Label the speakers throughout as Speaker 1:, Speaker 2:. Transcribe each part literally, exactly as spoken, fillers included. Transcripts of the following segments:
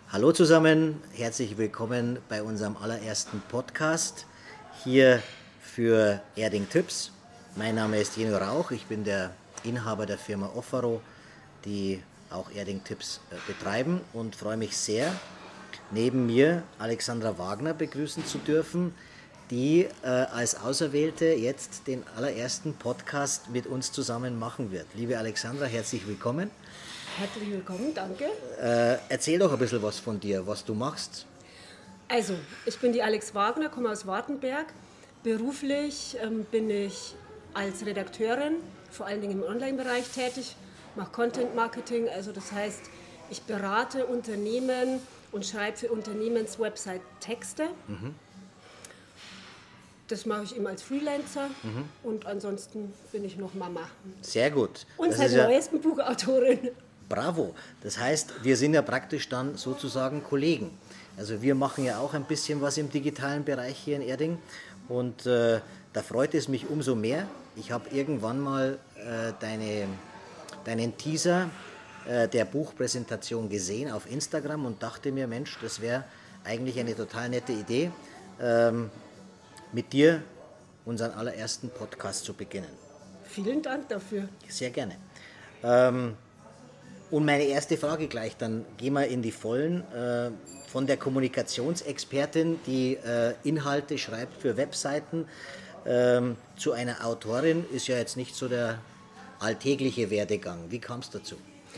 Speaker 1: Hallo zusammen, herzlich willkommen bei unserem allerersten Podcast hier für Erding Tipps. Mein Name ist Jeno Rauch, ich bin der Inhaber der Firma Offero, die auch Erding Tipps betreiben und freue mich sehr, neben mir Alexandra Wagner begrüßen zu dürfen, die äh, als Auserwählte jetzt den allerersten Podcast mit uns zusammen machen wird. Liebe Alexandra, herzlich willkommen.
Speaker 2: Herzlich willkommen, danke.
Speaker 1: Äh, erzähl doch ein bisschen was von dir, was du machst.
Speaker 2: Also, ich bin die Alex Wagner, komme aus Wartenberg. Beruflich ähm, bin ich als Redakteurin, vor allen Dingen im Online-Bereich tätig, mache Content Marketing, also das heißt, ich berate Unternehmen und schreibe für Unternehmenswebsite Texte. Mhm. Das mache ich eben als Freelancer mhm. und ansonsten bin ich noch Mama.
Speaker 1: Sehr gut.
Speaker 2: Und seit neuestem ja Buchautorin.
Speaker 1: Bravo. Das heißt, wir sind ja praktisch dann sozusagen Kollegen. Also wir machen ja auch ein bisschen was im digitalen Bereich hier in Erding und äh, da freut es mich umso mehr. Ich habe irgendwann mal äh, deine, deinen Teaser äh, der Buchpräsentation gesehen auf Instagram und dachte mir, Mensch, das wäre eigentlich eine total nette Idee, ähm, mit dir unseren allerersten Podcast zu beginnen.
Speaker 2: Vielen Dank dafür.
Speaker 1: Sehr gerne. Ähm, Und meine erste Frage gleich, dann gehen wir in die Vollen. Äh, von der Kommunikationsexpertin, die äh, Inhalte schreibt für Webseiten, ähm, zu einer Autorin ist ja jetzt nicht so der alltägliche Werdegang. Wie kam es dazu?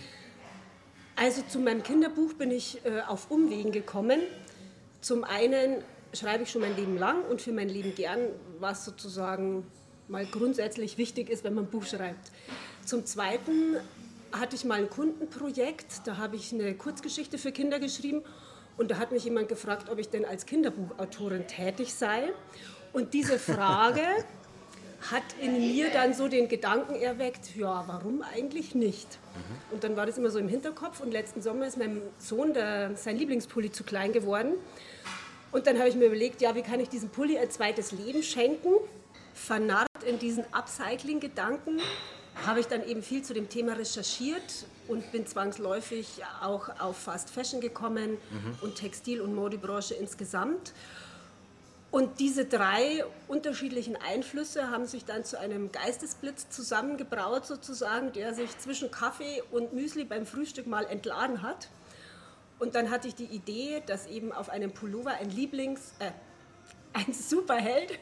Speaker 2: Also zu meinem Kinderbuch bin ich äh, auf Umwegen gekommen. Zum einen schreibe ich schon mein Leben lang und für mein Leben gern, was sozusagen mal grundsätzlich wichtig ist, wenn man ein Buch schreibt. Zum Zweiten hatte ich mal ein Kundenprojekt, da habe ich eine Kurzgeschichte für Kinder geschrieben und da hat mich jemand gefragt, ob ich denn als Kinderbuchautorin tätig sei. Und diese Frage hat in mir dann so den Gedanken erweckt, ja, warum eigentlich nicht? Mhm. Und dann war das immer so im Hinterkopf und letzten Sommer ist meinem Sohn der, sein Lieblingspulli zu klein geworden. Und dann habe ich mir überlegt, ja, wie kann ich diesem Pulli ein zweites Leben schenken? Vernarrt in diesen Upcycling-Gedanken habe ich dann eben viel zu dem Thema recherchiert und bin zwangsläufig auch auf Fast Fashion gekommen mhm. und Textil- und Modebranche insgesamt. Und diese drei unterschiedlichen Einflüsse haben sich dann zu einem Geistesblitz zusammengebraut sozusagen, der sich zwischen Kaffee und Müsli beim Frühstück mal entladen hat. Und dann hatte ich die Idee, dass eben auf einem Pullover ein Lieblings-, äh, ein Superheld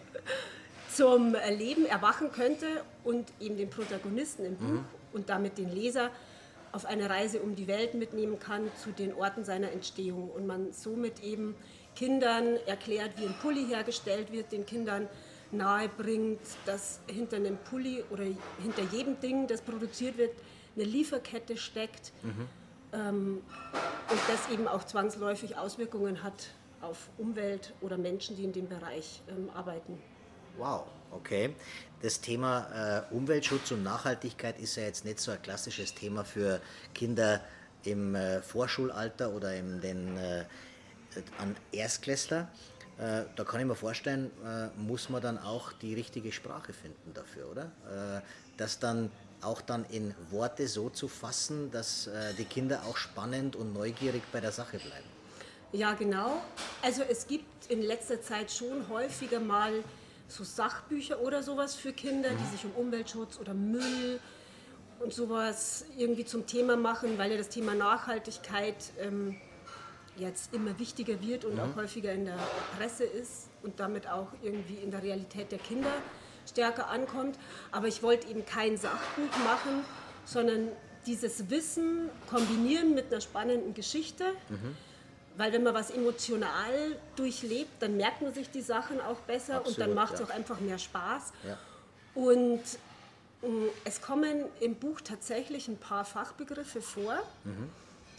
Speaker 2: zum Leben erwachen könnte und eben den Protagonisten im Buch mhm. und damit den Leser auf eine Reise um die Welt mitnehmen kann zu den Orten seiner Entstehung. Und man somit eben Kindern erklärt, wie ein Pulli hergestellt wird, den Kindern nahebringt, dass hinter einem Pulli oder hinter jedem Ding, das produziert wird, eine Lieferkette steckt mhm. ähm, und das eben auch zwangsläufig Auswirkungen hat auf Umwelt oder Menschen, die in dem Bereich ähm, arbeiten.
Speaker 1: Wow, okay. Das Thema äh, Umweltschutz und Nachhaltigkeit ist ja jetzt nicht so ein klassisches Thema für Kinder im äh, Vorschulalter oder in den äh, an Erstklässler. Äh, da kann ich mir vorstellen, äh, muss man dann auch die richtige Sprache finden dafür, oder? Äh, das dann auch dann in Worte so zu fassen, dass äh, die Kinder auch spannend und neugierig bei der Sache bleiben.
Speaker 2: Ja, genau. Also es gibt in letzter Zeit schon häufiger mal so Sachbücher oder sowas für Kinder, die sich um Umweltschutz oder Müll und sowas irgendwie zum Thema machen, weil ja das Thema Nachhaltigkeit ähm, jetzt immer wichtiger wird und mhm. auch häufiger in der Presse ist und damit auch irgendwie in der Realität der Kinder stärker ankommt. Aber ich wollte eben kein Sachbuch machen, sondern dieses Wissen kombinieren mit einer spannenden Geschichte. Mhm. Weil wenn man was emotional durchlebt, dann merkt man sich die Sachen auch besser. Absolut, und dann macht es ja. auch einfach mehr Spaß. Ja. Und mh, es kommen im Buch tatsächlich ein paar Fachbegriffe vor. Mhm.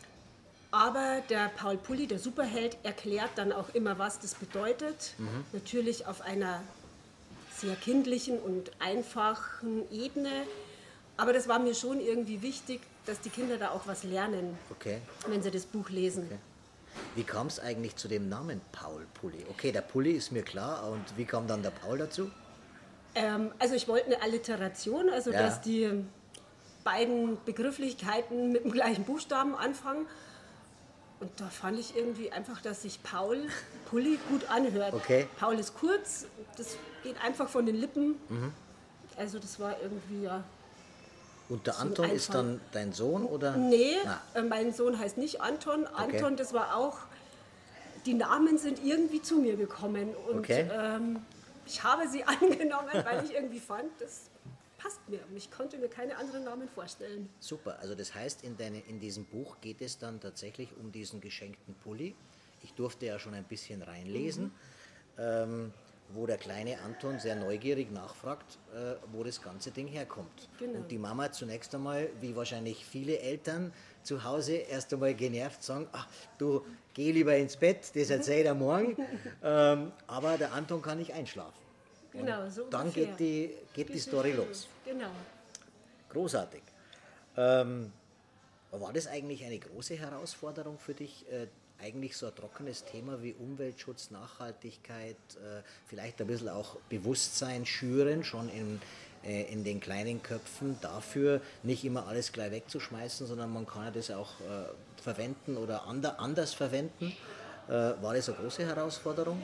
Speaker 2: Aber der Paul Pulli, der Superheld, erklärt dann auch immer, was das bedeutet. Mhm. Natürlich auf einer sehr kindlichen und einfachen Ebene. Aber das war mir schon irgendwie wichtig, dass die Kinder da auch was lernen, okay. wenn sie das Buch lesen.
Speaker 1: Okay. Wie kam es eigentlich zu dem Namen Paul Pulli? Okay, der Pulli ist mir klar. Und wie kam dann der Paul dazu?
Speaker 2: Ähm, also ich wollte eine Alliteration, also ja. dass die beiden Begrifflichkeiten mit dem gleichen Buchstaben anfangen. Und da fand ich irgendwie einfach, dass sich Paul Pulli gut anhört.
Speaker 1: Okay.
Speaker 2: Paul ist kurz, das geht einfach von den Lippen. Mhm. Also das war irgendwie ja...
Speaker 1: Und der
Speaker 2: so ein
Speaker 1: Anton
Speaker 2: Einfall.
Speaker 1: ist dann dein Sohn, oder?
Speaker 2: Nee,
Speaker 1: Na.
Speaker 2: äh, mein Sohn heißt nicht Anton. Anton,
Speaker 1: Okay.
Speaker 2: das war auch... Die Namen sind irgendwie zu mir gekommen. Und
Speaker 1: Okay.
Speaker 2: ähm, ich habe sie angenommen, weil ich irgendwie fand, das passt mir. Und ich konnte mir keine anderen Namen vorstellen.
Speaker 1: Super, also das heißt, in, deine, in diesem Buch geht es dann tatsächlich um diesen geschenkten Pulli. Ich durfte ja schon ein bisschen reinlesen, mhm. ähm, wo der kleine Anton sehr neugierig nachfragt, äh, wo das ganze Ding herkommt.
Speaker 2: Genau.
Speaker 1: Und die Mama zunächst einmal, wie wahrscheinlich viele Eltern zu Hause, erst einmal genervt sagen, ach, du geh lieber ins Bett, das erzähl dir morgen. ähm, aber der Anton kann nicht einschlafen.
Speaker 2: Genau, so
Speaker 1: dann
Speaker 2: ungefähr.
Speaker 1: geht die, geht die Story los.
Speaker 2: Genau.
Speaker 1: Großartig. Ähm, war das eigentlich eine große Herausforderung für dich, äh, eigentlich so ein trockenes Thema wie Umweltschutz, Nachhaltigkeit, äh, vielleicht ein bisschen auch Bewusstsein schüren, schon in, äh, in den kleinen Köpfen, dafür nicht immer alles gleich wegzuschmeißen, sondern man kann ja das auch äh, verwenden oder ander, anders verwenden. Äh, war das eine große Herausforderung?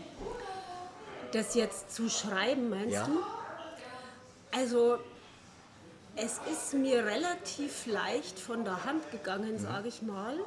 Speaker 2: Das jetzt zu schreiben, meinst
Speaker 1: Ja.
Speaker 2: du? Also, es ist mir relativ leicht von der Hand gegangen, sage ich mal.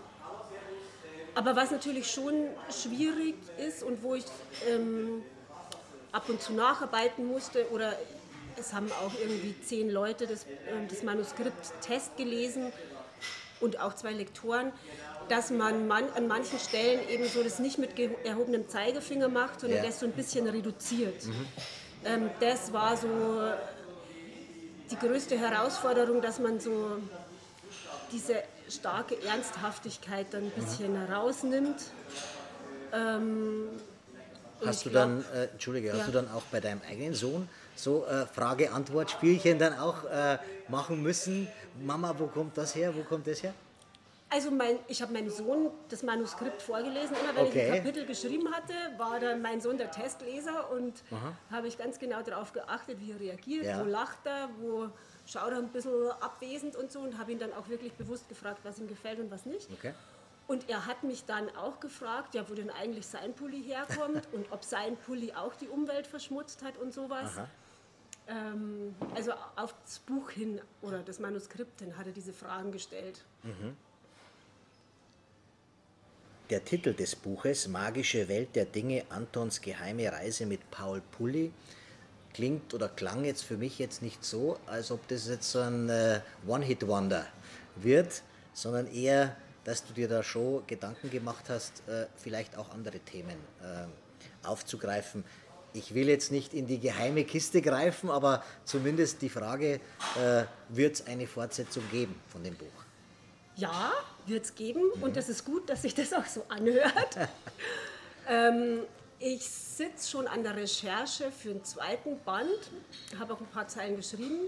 Speaker 2: Aber was natürlich schon schwierig ist und wo ich ähm, ab und zu nacharbeiten musste, oder es haben auch irgendwie zehn Leute das, ähm, das Manuskript Test gelesen und auch zwei Lektoren, dass man, man an manchen Stellen eben so das nicht mit erhobenem Zeigefinger macht, sondern
Speaker 1: Ja.
Speaker 2: das so ein bisschen reduziert. Mhm. Ähm, das war so die größte Herausforderung, dass man so diese starke Ernsthaftigkeit dann ein bisschen mhm. rausnimmt. Ähm,
Speaker 1: Hast du
Speaker 2: glaub,
Speaker 1: dann, äh, Entschuldige, hast
Speaker 2: ja.
Speaker 1: du dann auch bei deinem eigenen Sohn so äh, Frage-Antwort-Spielchen dann auch äh, machen müssen? Mama, wo kommt das her? Wo kommt das her?
Speaker 2: Also mein, ich habe meinem Sohn das Manuskript vorgelesen. Immer wenn
Speaker 1: Okay.
Speaker 2: ich ein Kapitel geschrieben hatte, war dann mein Sohn der Testleser und habe ich ganz genau darauf geachtet, wie er reagiert,
Speaker 1: Ja.
Speaker 2: wo lacht er, wo schaut er ein bisschen abwesend und so, und habe ihn dann auch wirklich bewusst gefragt, was ihm gefällt und was nicht.
Speaker 1: Okay.
Speaker 2: Und er hat mich dann auch gefragt, ja, wo denn eigentlich sein Pulli herkommt und ob sein Pulli auch die Umwelt verschmutzt hat und sowas. Ähm, also auf das Buch hin oder das Manuskript hin hat er diese Fragen gestellt.
Speaker 1: Mhm. Der Titel des Buches, Magische Welt der Dinge, Antons geheime Reise mit Paul Pulli, klingt oder klang jetzt für mich jetzt nicht so, als ob das jetzt so ein äh, One-Hit-Wonder wird, sondern eher, dass du dir da schon Gedanken gemacht hast, äh, vielleicht auch andere Themen äh, aufzugreifen. Ich will jetzt nicht in die geheime Kiste greifen, aber zumindest die Frage, äh, wird es eine Fortsetzung geben von dem Buch?
Speaker 2: Ja, wird es geben, mhm. und das ist gut, dass sich das auch so anhört. ähm, ich sitze schon an der Recherche für einen zweiten Band, habe auch ein paar Zeilen geschrieben.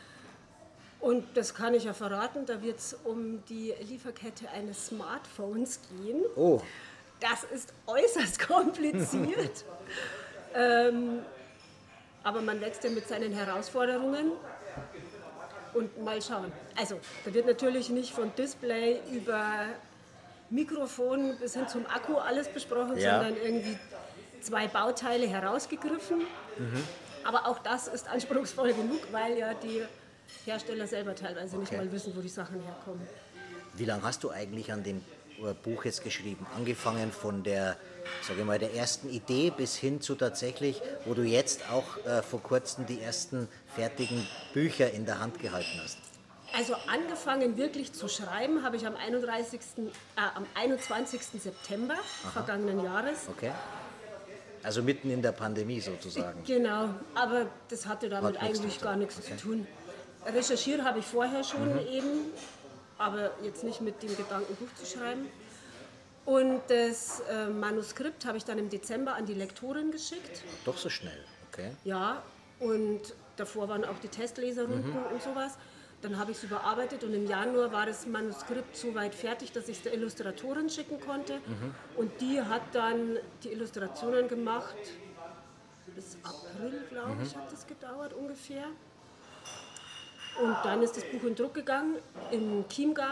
Speaker 2: Und das kann ich ja verraten, da wird es um die Lieferkette eines Smartphones gehen.
Speaker 1: Oh.
Speaker 2: Das ist äußerst kompliziert. ähm, aber man wächst ja mit seinen Herausforderungen. Und mal schauen. Also, da wird natürlich nicht von Display über Mikrofon bis hin zum Akku alles besprochen,
Speaker 1: ja.
Speaker 2: sondern irgendwie zwei Bauteile herausgegriffen. Mhm. Aber auch das ist anspruchsvoll genug, weil ja die Hersteller selber teilweise nicht
Speaker 1: Okay.
Speaker 2: mal wissen, wo die Sachen herkommen.
Speaker 1: Wie lange hast du eigentlich an dem Buch jetzt geschrieben? Angefangen von der, sage ich mal, der ersten Idee bis hin zu tatsächlich, wo du jetzt auch äh, vor kurzem die ersten fertigen Bücher in der Hand gehalten hast.
Speaker 2: Also angefangen wirklich zu schreiben habe ich am, einunddreißigsten, äh, am einundzwanzigsten September Aha. vergangenen Jahres.
Speaker 1: Okay. Also mitten in der Pandemie sozusagen.
Speaker 2: Genau, aber das hatte damit
Speaker 1: Hat
Speaker 2: eigentlich gar nichts okay. zu tun. Recherchiert habe ich vorher schon mhm. eben, aber jetzt nicht mit dem Gedanken, Buch zu schreiben. Und das äh, Manuskript habe ich dann im Dezember an die Lektorin geschickt.
Speaker 1: Doch so schnell, okay.
Speaker 2: Ja, und davor waren auch die Testleserrunden mhm. und sowas. Dann habe ich es überarbeitet und im Januar war das Manuskript so weit fertig, dass ich es der Illustratorin schicken konnte. Mhm. Und die hat dann die Illustrationen gemacht. Bis April, glaube ich, mhm. hat das gedauert ungefähr. Und dann ist das Buch in Druck gegangen in Chiemgau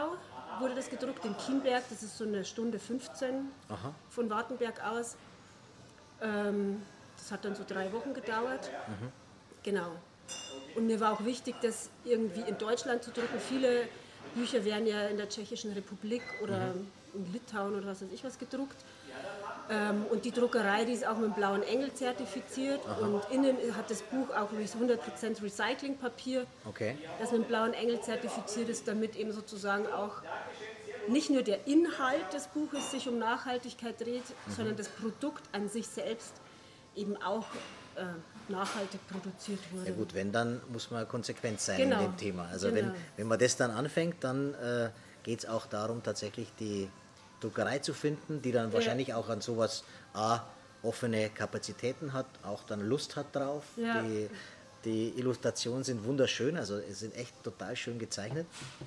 Speaker 2: wurde das gedruckt in Kienberg, das ist so eine Stunde fünfzehn
Speaker 1: Aha.
Speaker 2: von Wartenberg aus. Ähm, das hat dann so drei Wochen gedauert. Mhm. Genau. Und mir war auch wichtig, das irgendwie in Deutschland zu drucken. Viele Bücher werden ja in der Tschechischen Republik oder mhm. in Litauen oder was weiß ich was gedruckt. Ähm, und die Druckerei, die ist auch mit dem Blauen Engel zertifiziert. Aha. Und innen hat das Buch auch hundert Prozent Recyclingpapier,
Speaker 1: okay.
Speaker 2: das mit dem Blauen Engel zertifiziert ist, damit eben sozusagen auch nicht nur der Inhalt des Buches sich um Nachhaltigkeit dreht, mhm. sondern das Produkt an sich selbst eben auch äh, nachhaltig produziert wurde.
Speaker 1: Ja gut, wenn, dann muss man konsequent sein
Speaker 2: genau.
Speaker 1: in dem Thema. Also
Speaker 2: genau.
Speaker 1: wenn, wenn man das dann anfängt, dann äh, geht es auch darum, tatsächlich die Druckerei zu finden, die dann ja. wahrscheinlich auch an sowas A, offene Kapazitäten hat, auch dann Lust hat drauf.
Speaker 2: Ja.
Speaker 1: Die, die Illustrationen sind wunderschön, also es sind echt total schön gezeichnet.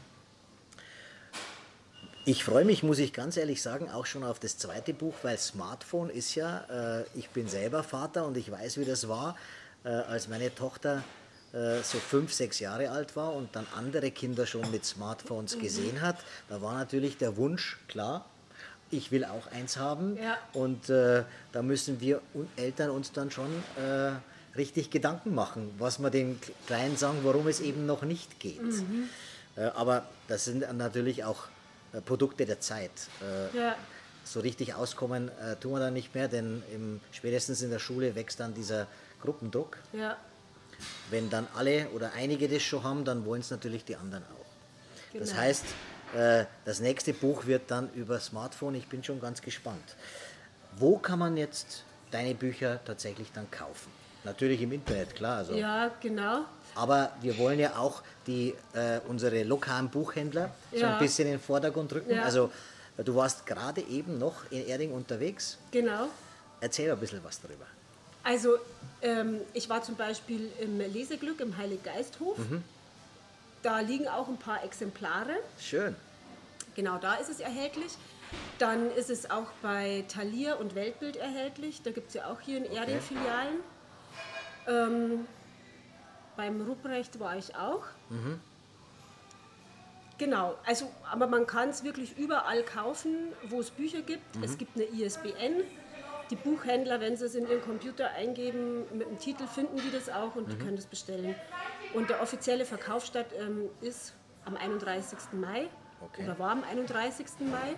Speaker 1: Ich freue mich, muss ich ganz ehrlich sagen, auch schon auf das zweite Buch, weil Smartphone ist ja, äh, ich bin selber Vater und ich weiß, wie das war, äh, als meine Tochter äh, so fünf, sechs Jahre alt war und dann andere Kinder schon mit Smartphones mhm. gesehen hat. Da war natürlich der Wunsch klar, ich will auch eins haben
Speaker 2: ja.
Speaker 1: und äh, da müssen wir Eltern uns dann schon äh, richtig Gedanken machen, was wir den Kleinen sagen, warum es eben noch nicht geht. Mhm. Äh, aber das sind natürlich auch Produkte der Zeit. Äh, ja. So richtig auskommen äh, tun wir dann nicht mehr, denn im, spätestens in der Schule wächst dann dieser Gruppendruck.
Speaker 2: Ja.
Speaker 1: Wenn dann alle oder einige das schon haben, dann wollen es natürlich die anderen auch. Genau. Das heißt, äh, das nächste Buch wird dann über Smartphone. Ich bin schon ganz gespannt. Wo kann man jetzt deine Bücher tatsächlich dann kaufen? Natürlich im Internet, klar. Also.
Speaker 2: Ja, genau.
Speaker 1: Aber wir wollen ja auch die, äh, unsere lokalen Buchhändler ja. so ein bisschen in den Vordergrund rücken. Ja. Also du warst gerade eben noch in Erding unterwegs.
Speaker 2: Genau.
Speaker 1: Erzähl ein bisschen was darüber.
Speaker 2: Also ähm, ich war zum Beispiel im Leseglück im Heiliggeisthof. Mhm. Da liegen auch ein paar Exemplare.
Speaker 1: Schön.
Speaker 2: Genau, da ist es erhältlich. Dann ist es auch bei Thalia und Weltbild erhältlich. Da gibt es ja auch hier in Erding okay. Filialen. Ähm, beim Ruprecht war ich auch. Mhm. Genau, also, aber man kann es wirklich überall kaufen, wo es Bücher gibt. Mhm. Es gibt eine I S B N. Die Buchhändler, wenn sie es in ihren Computer eingeben, mit dem Titel finden die das auch und mhm. die können das bestellen. Und der offizielle Verkaufsstart ähm, ist am einunddreißigsten Mai okay. oder war am einunddreißigsten Mai.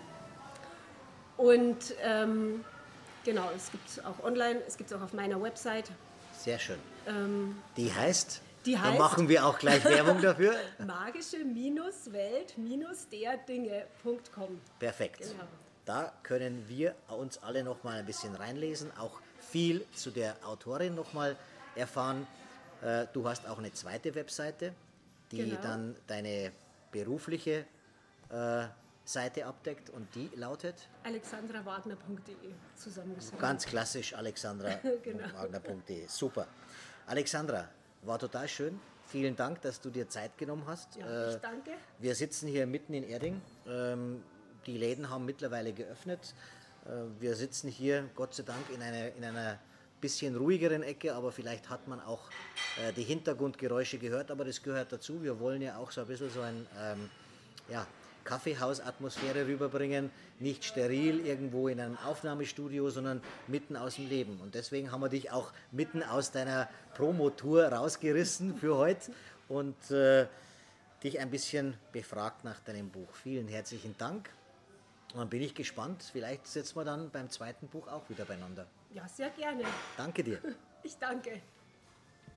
Speaker 2: Und ähm, genau, es gibt es auch online, es gibt es auch auf meiner Website.
Speaker 1: Sehr schön.
Speaker 2: Ähm,
Speaker 1: die heißt?
Speaker 2: Die heißt,
Speaker 1: dann machen wir auch gleich Werbung dafür.
Speaker 2: magische-welt-der Dinge punkt com.
Speaker 1: Perfekt. Genau. Da können wir uns alle noch mal ein bisschen reinlesen, auch viel zu der Autorin noch mal erfahren. Du hast auch eine zweite Webseite, die genau. dann deine berufliche äh, Seite abdeckt und die lautet?
Speaker 2: alexandra wagner punkt de zusammengeschrieben.
Speaker 1: Ganz klassisch alexandra wagner punkt de. Genau. Super. Alexandra, war total schön. Vielen Dank, dass du dir Zeit genommen hast.
Speaker 2: Ja, ich danke.
Speaker 1: Wir sitzen hier mitten in Erding. Die Läden haben mittlerweile geöffnet. Wir sitzen hier, Gott sei Dank, in einer, in einer bisschen ruhigeren Ecke, aber vielleicht hat man auch die Hintergrundgeräusche gehört, aber das gehört dazu. Wir wollen ja auch so ein bisschen so ein ähm, ja, Kaffeehausatmosphäre rüberbringen, nicht steril irgendwo in einem Aufnahmestudio, sondern mitten aus dem Leben. Und deswegen haben wir dich auch mitten aus deiner Promotour rausgerissen für heute und äh, dich ein bisschen befragt nach deinem Buch. Vielen herzlichen Dank. Und dann bin ich gespannt, vielleicht sitzen wir dann beim zweiten Buch auch wieder beieinander.
Speaker 2: Ja, sehr gerne.
Speaker 1: Danke dir.
Speaker 2: Ich danke.